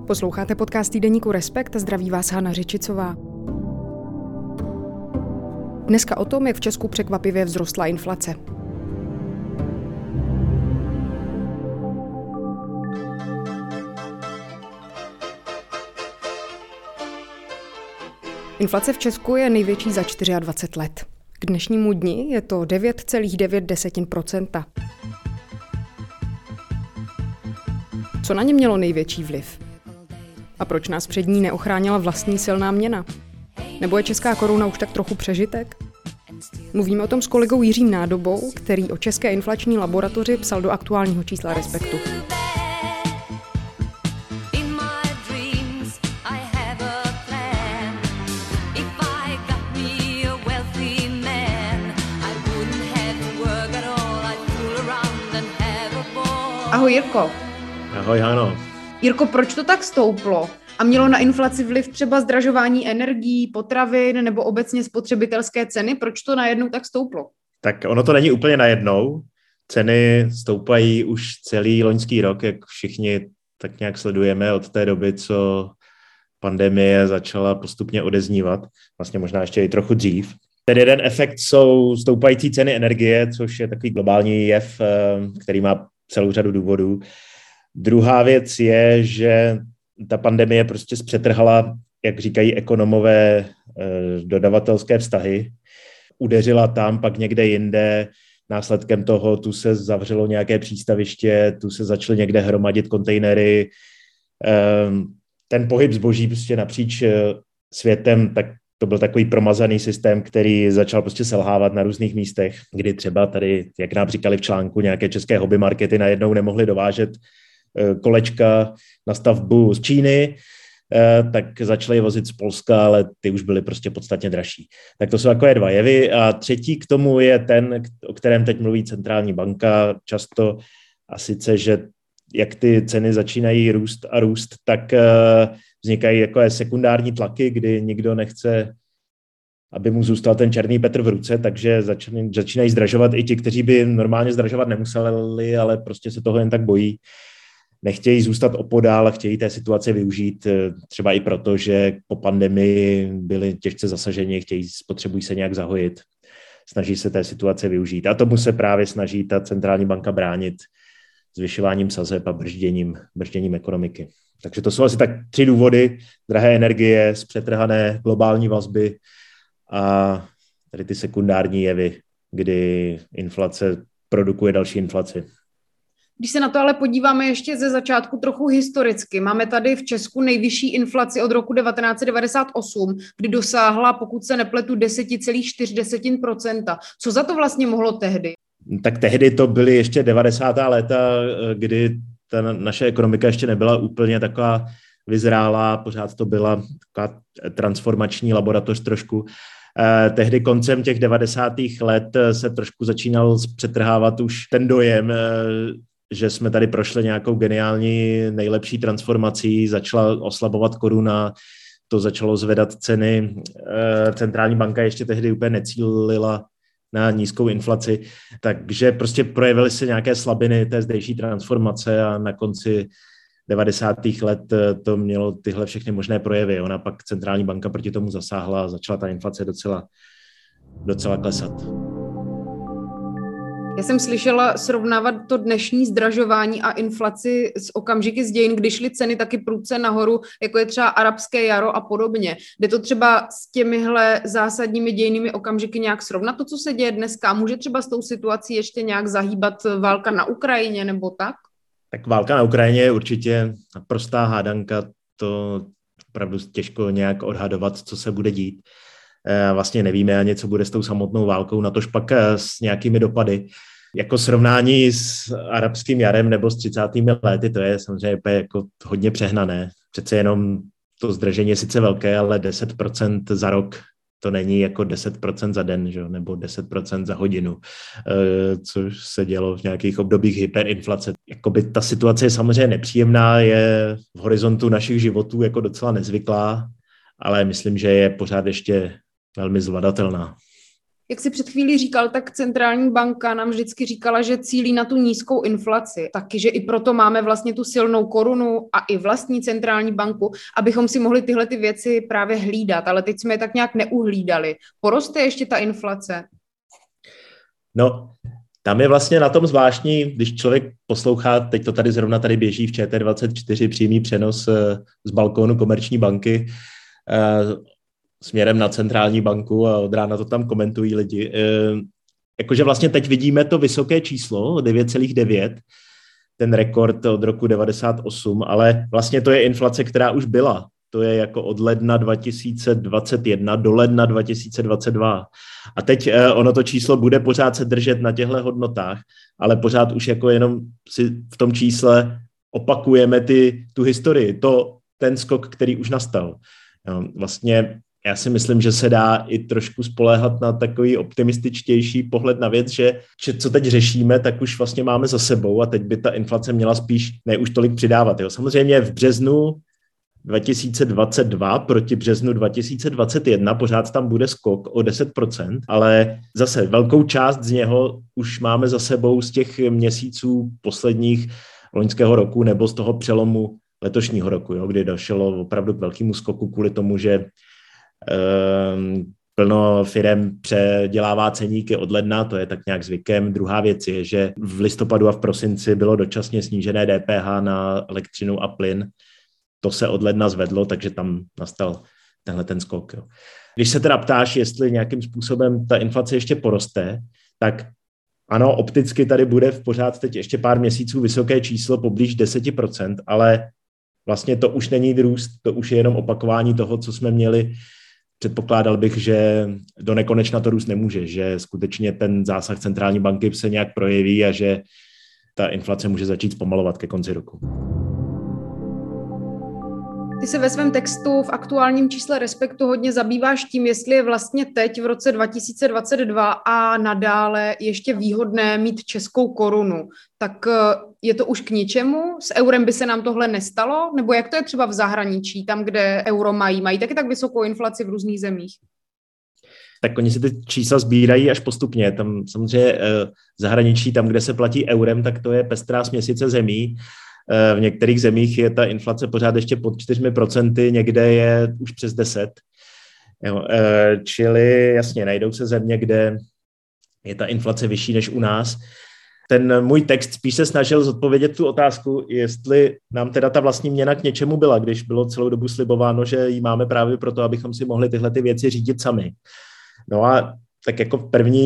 Posloucháte podcast týdeníku Respekt a zdraví vás Hana Řičicová. Dneska o tom, jak v Česku překvapivě vzrostla inflace. Inflace v Česku je největší za 24 let. K dnešnímu dni je to 9,9%. Co na ně mělo největší vliv? A proč nás před ní neochránila vlastní silná měna? Nebo je česká koruna už tak trochu přežitek? Mluvíme o tom s kolegou Jiřím Nádobou, který o České inflační laboratoři psal do aktuálního čísla Respektu. Ahoj Jirko. Ahoj Hano. Jirko, proč to tak stouplo? A mělo na inflaci vliv třeba zdražování energií, potravin nebo obecně spotřebitelské ceny? Proč to najednou tak stouplo? Tak ono to není úplně najednou. Ceny stoupají už celý loňský rok, jak všichni tak nějak sledujeme od té doby, co pandemie začala postupně odeznívat. Vlastně možná ještě i trochu dřív. Ten jeden efekt jsou stoupající ceny energie, což je takový globální jev, který má celou řadu důvodů. Druhá věc je, že ta pandemie prostě zpřetrhala, jak říkají ekonomové, dodavatelské vztahy. Udeřila tam, pak někde jinde. Následkem toho tu se zavřelo nějaké přístaviště, tu se začaly někde hromadit kontejnery. Ten pohyb zboží prostě napříč světem, tak to byl takový promazaný systém, který začal prostě selhávat na různých místech, kdy třeba tady, jak nám říkali v článku, nějaké české hobby markety najednou nemohly dovážet kolečka na stavbu z Číny, tak začaly vozit z Polska, ale ty už byly prostě podstatně dražší. Tak to jsou takové dva jevy. A třetí k tomu je ten, o kterém teď mluví centrální banka často, a sice, že jak ty ceny začínají růst, tak vznikají jako sekundární tlaky, kdy nikdo nechce, aby mu zůstal ten černý Petr v ruce, takže začínají zdražovat i ti, kteří by normálně zdražovat nemuseli, ale prostě se toho jen tak bojí. Nechtějí zůstat opodál a chtějí té situace využít, třeba i proto, že po pandemii byli těžce zasaženi, potřebují se nějak zahojit, snaží se té situace využít. A tomu se právě snaží ta centrální banka bránit zvyšováním sazeb a bržděním ekonomiky. Takže to jsou asi tak 3 důvody: drahé energie, zpřetrhané globální vazby a tady ty sekundární jevy, kdy inflace produkuje další inflaci. Když se na to ale podíváme ještě ze začátku trochu historicky, máme tady v Česku nejvyšší inflaci od roku 1998, kdy dosáhla, pokud se nepletu, 10,4%. Co za to vlastně mohlo tehdy? Tak tehdy to byly ještě 90. léta, kdy ta naše ekonomika ještě nebyla úplně taková vyzrálá, pořád to byla taková transformační laboratoř trošku. Tehdy koncem těch 90. let se trošku začínal přetrhávat už ten dojem, že jsme tady prošli nějakou geniální nejlepší transformací, začala oslabovat koruna, to začalo zvedat ceny. Centrální banka ještě tehdy úplně necílila na nízkou inflaci, takže prostě projevily se nějaké slabiny té zdejší transformace a na konci 90. let to mělo tyhle všechny možné projevy. Ona pak centrální banka proti tomu zasáhla a začala ta inflace docela klesat. Já jsem slyšela srovnávat to dnešní zdražování a inflaci s okamžiky z dějin, kdy šly ceny taky prudce nahoru, jako je třeba arabské jaro a podobně. Jde to třeba s těmihle zásadními dějnými okamžiky nějak srovnat to, co se děje dneska? Může třeba s tou situací ještě nějak zahýbat válka na Ukrajině nebo tak? Tak válka na Ukrajině je určitě prostá hádanka, to opravdu těžko nějak odhadovat, co se bude dít. Vlastně nevíme ani, co bude s tou samotnou válkou, natož pak s nějakými dopady. Jako srovnání s arabským jarem nebo s 30. lety, to je samozřejmě jako hodně přehnané. Přece jenom to zdražení je sice velké, ale 10% za rok, to není jako 10% za den, že? Nebo 10% za hodinu, což se dělo v nějakých obdobích hyperinflace. Jakoby ta situace je samozřejmě nepříjemná, je v horizontu našich životů jako docela nezvyklá, ale myslím, že je pořád ještě velmi zvladatelná. Jak jsi před chvílí říkal, tak centrální banka nám vždycky říkala, že cílí na tu nízkou inflaci. Taky, že i proto máme vlastně tu silnou korunu a i vlastní centrální banku, abychom si mohli tyhle ty věci právě hlídat. Ale teď jsme je tak nějak neuhlídali. Poroste ještě ta inflace? No, tam je vlastně na tom zvláštní, když člověk poslouchá, teď to tady zrovna tady běží v ČT24 přímý přenos z balkónu Komerční banky směrem na centrální banku a od rána to tam komentují lidi. Jakože vlastně teď vidíme to vysoké číslo, 9,9, ten rekord od roku 98, ale vlastně to je inflace, která už byla. To je jako od ledna 2021 do ledna 2022. A teď ono to číslo bude pořád se držet na těchto hodnotách, ale pořád už jako jenom si v tom čísle opakujeme tu historii, ten skok, který už nastal. Vlastně já si myslím, že se dá i trošku spoléhat na takový optimističtější pohled na věc, že co teď řešíme, tak už vlastně máme za sebou a teď by ta inflace měla spíš ne už tolik přidávat. Jo. Samozřejmě v březnu 2022 proti březnu 2021 pořád tam bude skok o 10%, ale zase velkou část z něho už máme za sebou z těch měsíců posledních loňského roku nebo z toho přelomu letošního roku, jo, kdy došlo opravdu k velkému skoku kvůli tomu, že plno firem předělává ceníky od ledna, to je tak nějak zvykem. Druhá věc je, že v listopadu a v prosinci bylo dočasně snížené DPH na elektřinu a plyn. To se od ledna zvedlo, takže tam nastal tenhle ten skok. Jo. Když se teda ptáš, jestli nějakým způsobem ta inflace ještě poroste, tak ano, opticky tady bude v pořád teď ještě pár měsíců vysoké číslo poblíž 10%, ale vlastně to už není růst, to už je jenom opakování toho, co jsme měli. Předpokládal bych, že do nekonečna to růst nemůže, že skutečně ten zásah centrální banky se nějak projeví a že ta inflace může začít zpomalovat ke konci roku. Ty se ve svém textu v aktuálním čísle Respektu hodně zabýváš tím, jestli je vlastně teď v roce 2022 a nadále ještě výhodné mít českou korunu. Tak je to už k ničemu? S eurem by se nám tohle nestalo? Nebo jak to je třeba v zahraničí, tam, kde euro mají taky tak vysokou inflaci v různých zemích? Tak oni si ty čísla sbírají až postupně. Tam samozřejmě v zahraničí, tam, kde se platí eurem, tak to je pestrá směsice zemí. V některých zemích je ta inflace pořád ještě pod 4%, někde je už přes 10%. Jo, čili jasně, najdou se země, kde je ta inflace vyšší než u nás. Ten můj text spíš se snažil zodpovědět tu otázku, jestli nám teda ta vlastní měna k něčemu byla, když bylo celou dobu slibováno, že ji máme právě proto, abychom si mohli tyhle ty věci řídit sami. No a tak jako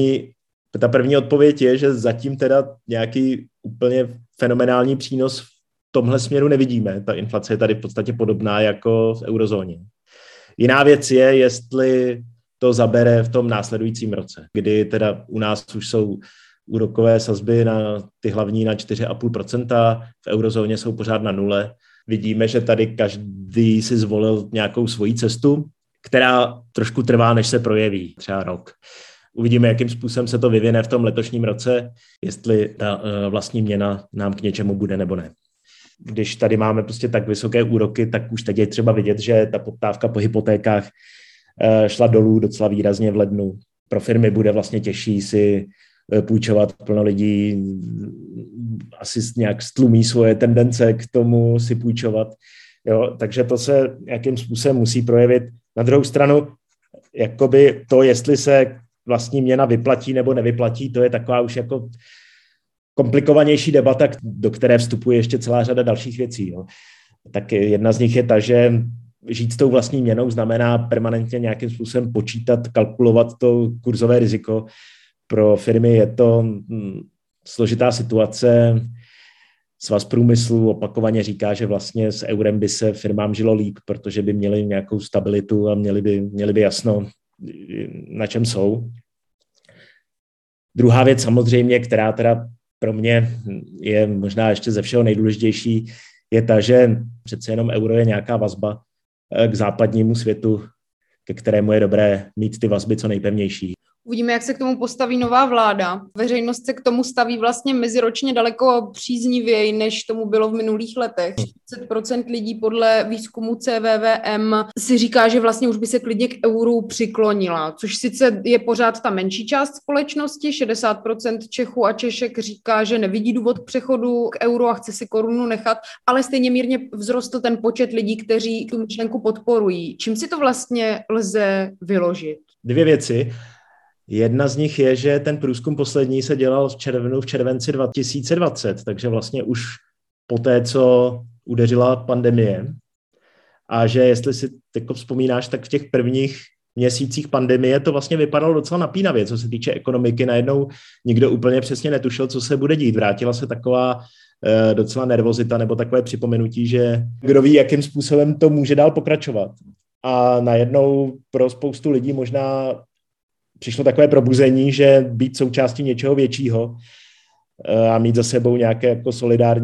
ta první odpověď je, že zatím teda nějaký úplně fenomenální přínos v tomhle směru nevidíme. Ta inflace je tady v podstatě podobná jako v eurozóně. Jiná věc je, jestli to zabere v tom následujícím roce, kdy teda u nás už jsou úrokové sazby na ty hlavní na 4,5%, v eurozóně jsou pořád na nule. Vidíme, že tady každý si zvolil nějakou svoji cestu, která trošku trvá, než se projeví, třeba rok. Uvidíme, jakým způsobem se to vyvine v tom letošním roce, jestli ta vlastní měna nám k něčemu bude nebo ne. Když tady máme prostě tak vysoké úroky, tak už teď je třeba vidět, že ta poptávka po hypotékách šla dolů docela výrazně v lednu. Pro firmy bude vlastně těžší si půjčovat, plno lidí asi nějak stlumí svoje tendence k tomu si půjčovat. Jo, takže to se nějakým způsobem musí projevit. Na druhou stranu, jakoby to, jestli se vlastní měna vyplatí nebo nevyplatí, to je taková už jako komplikovanější debata, do které vstupuje ještě celá řada dalších věcí. Jo. Tak jedna z nich je ta, že žít s tou vlastní měnou znamená permanentně nějakým způsobem počítat, kalkulovat to kurzové riziko. Pro firmy je to složitá situace. Svaz průmyslu opakovaně říká, že vlastně s eurem by se firmám žilo líp, protože by měli nějakou stabilitu a měli by jasno, na čem jsou. Druhá věc samozřejmě, která teda pro mě je možná ještě ze všeho nejdůležitější, je ta, že přece jenom euro je nějaká vazba k západnímu světu, ke kterému je dobré mít ty vazby co nejpevnější. Uvidíme, jak se k tomu postaví nová vláda. Veřejnost se k tomu staví vlastně meziročně daleko příznivěji, než tomu bylo v minulých letech. 40% lidí podle výzkumu CVVM si říká, že vlastně už by se klidně k euru přiklonila, což sice je pořád ta menší část společnosti. 60% Čechů a Češek říká, že nevidí důvod k přechodu k euru a chce si korunu nechat, ale stejně mírně vzrostl ten počet lidí, kteří tu myšlenku podporují. Čím si to vlastně lze vyložit? Dvě věci. Jedna z nich je, že ten průzkum poslední se dělal v červenci 2020, takže vlastně už po té, co udeřila pandemie. A že jestli si jako vzpomínáš, tak v těch prvních měsících pandemie to vlastně vypadalo docela napínavě, co se týče ekonomiky. Najednou nikdo úplně přesně netušil, co se bude dít. Vrátila se taková docela nervozita nebo takové připomenutí, že kdo ví, jakým způsobem to může dál pokračovat. A najednou pro spoustu lidí možná přišlo takové probuzení, že být součástí něčeho většího a mít za sebou nějaké jako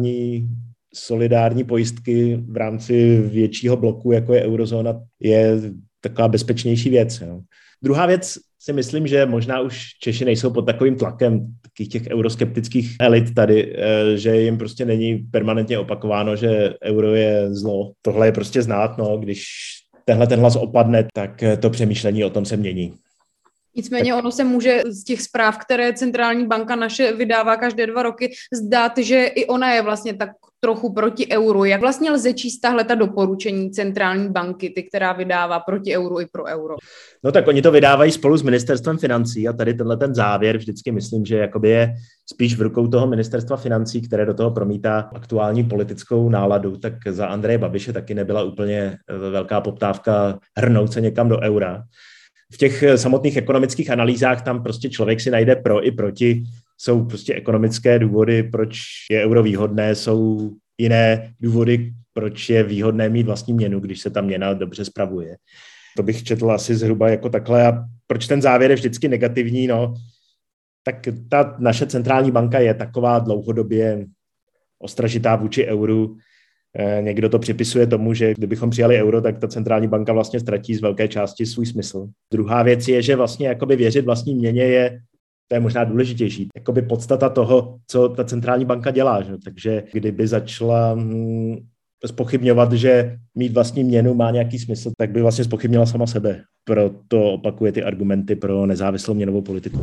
solidární pojistky v rámci většího bloku, jako je eurozóna, je taková bezpečnější věc. Jo. Druhá věc si myslím, že možná už Češi nejsou pod takovým tlakem takových těch euroskeptických elit tady, že jim prostě není permanentně opakováno, že euro je zlo. Tohle je prostě znát, no, když ten hlas opadne, tak to přemýšlení o tom se mění. Nicméně ono se může z těch zpráv, které centrální banka naše vydává každé 2 roky, zdát, že i ona je vlastně tak trochu proti euru. Jak vlastně lze číst tahle ta doporučení centrální banky, ty, která vydává proti euru i pro euro? No tak oni to vydávají spolu s ministerstvem financí a tady tenhle ten závěr vždycky myslím, že jakoby je spíš v rukou toho ministerstva financí, které do toho promítá aktuální politickou náladu. Tak za Andreje Babiše taky nebyla úplně velká poptávka hrnout se někam do eura. V těch samotných ekonomických analýzách tam prostě člověk si najde pro i proti. Jsou prostě ekonomické důvody, proč je euro výhodné, jsou jiné důvody, proč je výhodné mít vlastní měnu, když se ta měna dobře spravuje. To bych četl asi zhruba jako takhle. A proč ten závěr je vždycky negativní? No, tak ta naše centrální banka je taková dlouhodobě ostražitá vůči euru. Někdo to připisuje tomu, že kdybychom přijali euro, tak ta centrální banka vlastně ztratí z velké části svůj smysl. Druhá věc je, že vlastně jakoby věřit vlastní měně to je možná důležitější. Jakoby podstata toho, co ta centrální banka dělá. Že? Takže kdyby začala zpochybňovat, že mít vlastní měnu má nějaký smysl, tak by vlastně zpochybnila sama sebe. Proto opakuje ty argumenty pro nezávislou měnovou politiku.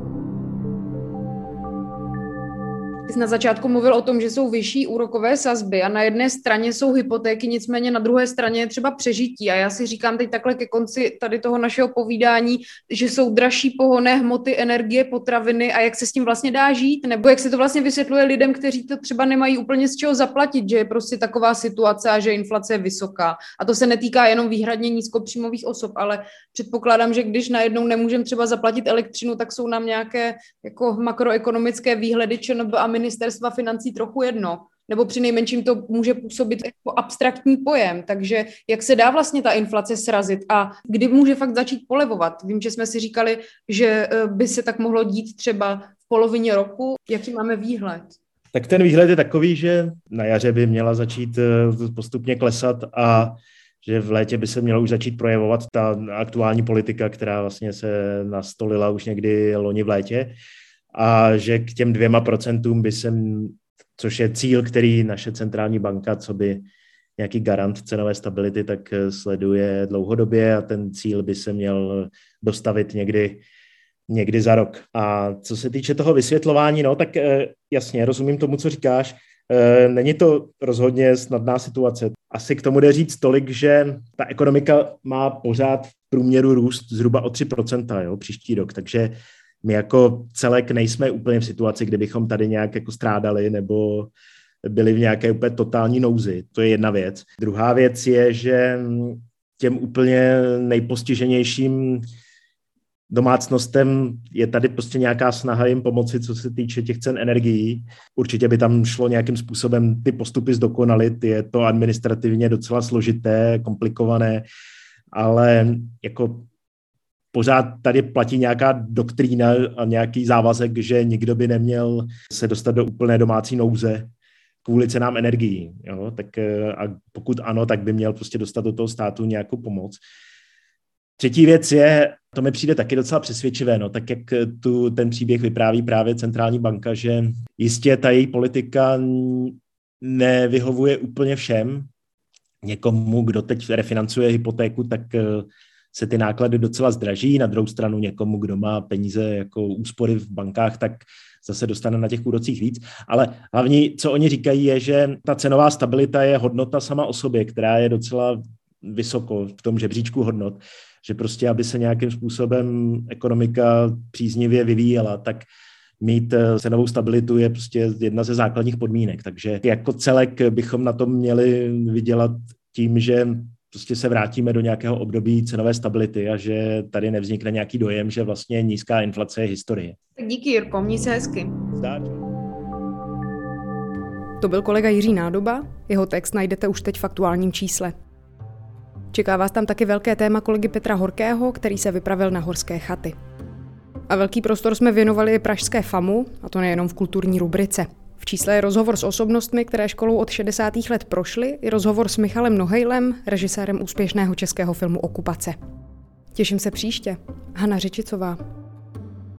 Ty jsi na začátku mluvil o tom, že jsou vyšší úrokové sazby a na jedné straně jsou hypotéky, nicméně na druhé straně je třeba přežití. A já si říkám teď takhle ke konci tady toho našeho povídání, že jsou dražší pohonné hmoty, energie, potraviny a jak se s tím vlastně dá žít, nebo jak se to vlastně vysvětluje lidem, kteří to třeba nemají úplně z čeho zaplatit, že je prostě taková situace a že inflace je vysoká. A to se netýká jenom výhradně nízkopříjmových osob, ale předpokládám, že když najednou nemůžeme třeba zaplatit elektřinu, tak jsou nám nějaké jako makroekonomické výhledy ČNB a ministerstva financí trochu jedno, nebo přinejmenším to může působit jako abstraktní pojem, takže jak se dá vlastně ta inflace srazit a kdy může fakt začít polevovat? Vím, že jsme si říkali, že by se tak mohlo dít třeba v polovině roku. Jaký máme výhled? Tak ten výhled je takový, že na jaře by měla začít postupně klesat a že v létě by se mělo už začít projevovat ta aktuální politika, která vlastně se nastolila už někdy loni v létě. A že k těm 2% by se, což je cíl, který naše centrální banka, co by nějaký garant cenové stability, tak sleduje dlouhodobě a ten cíl by se měl dostavit někdy za rok. A co se týče toho vysvětlování, no tak jasně, rozumím tomu, co říkáš. Není to rozhodně snadná situace. Asi k tomu jde říct tolik, že ta ekonomika má pořád v průměru růst zhruba o 3%, jo, příští rok, takže my jako celek nejsme úplně v situaci, kdy bychom tady nějak jako strádali nebo byli v nějaké úplně totální nouzi. To je jedna věc. Druhá věc je, že těm úplně nejpostiženějším domácnostem je tady prostě nějaká snaha jim pomoci, co se týče těch cen energií. Určitě by tam šlo nějakým způsobem ty postupy zdokonalit. Je to administrativně docela složité, komplikované, ale jako pořád tady platí nějaká doktrína a nějaký závazek, že nikdo by neměl se dostat do úplné domácí nouze kvůli cenám energií. Jo? Tak a pokud ano, tak by měl prostě dostat do toho státu nějakou pomoc. Třetí věc je, to mi přijde taky docela přesvědčivé, no, tak jak ten příběh vypráví právě centrální banka, že jistě ta její politika nevyhovuje úplně všem. Někomu, kdo teď refinancuje hypotéku, tak se ty náklady docela zdraží. Na druhou stranu někomu, kdo má peníze jako úspory v bankách, tak zase dostane na těch úrocích víc. Ale hlavní, co oni říkají, je, že ta cenová stabilita je hodnota sama o sobě, která je docela vysoko v tom žebříčku hodnot, že prostě, aby se nějakým způsobem ekonomika příznivě vyvíjela, tak mít cenovou stabilitu je prostě jedna ze základních podmínek. Takže jako celek bychom na tom měli vydělat tím, že prostě se vrátíme do nějakého období cenové stability a že tady nevznikne nějaký dojem, že vlastně nízká inflace je historie. Tak díky, Jirko, měj se hezky. Zdar. To byl kolega Jiří Nádoba, jeho text najdete už teď v Aktuálním čísle. Čeká vás tam taky velké téma kolegy Petra Horkého, který se vypravil na Horské chaty. A velký prostor jsme věnovali i pražské FAMu, a to nejenom v kulturní rubrice. V čísle je rozhovor s osobnostmi, které školou od 60. let prošly, i rozhovor s Michalem Nohejlem, režisérem úspěšného českého filmu Okupace. Těším se příště. Hana Řičicová.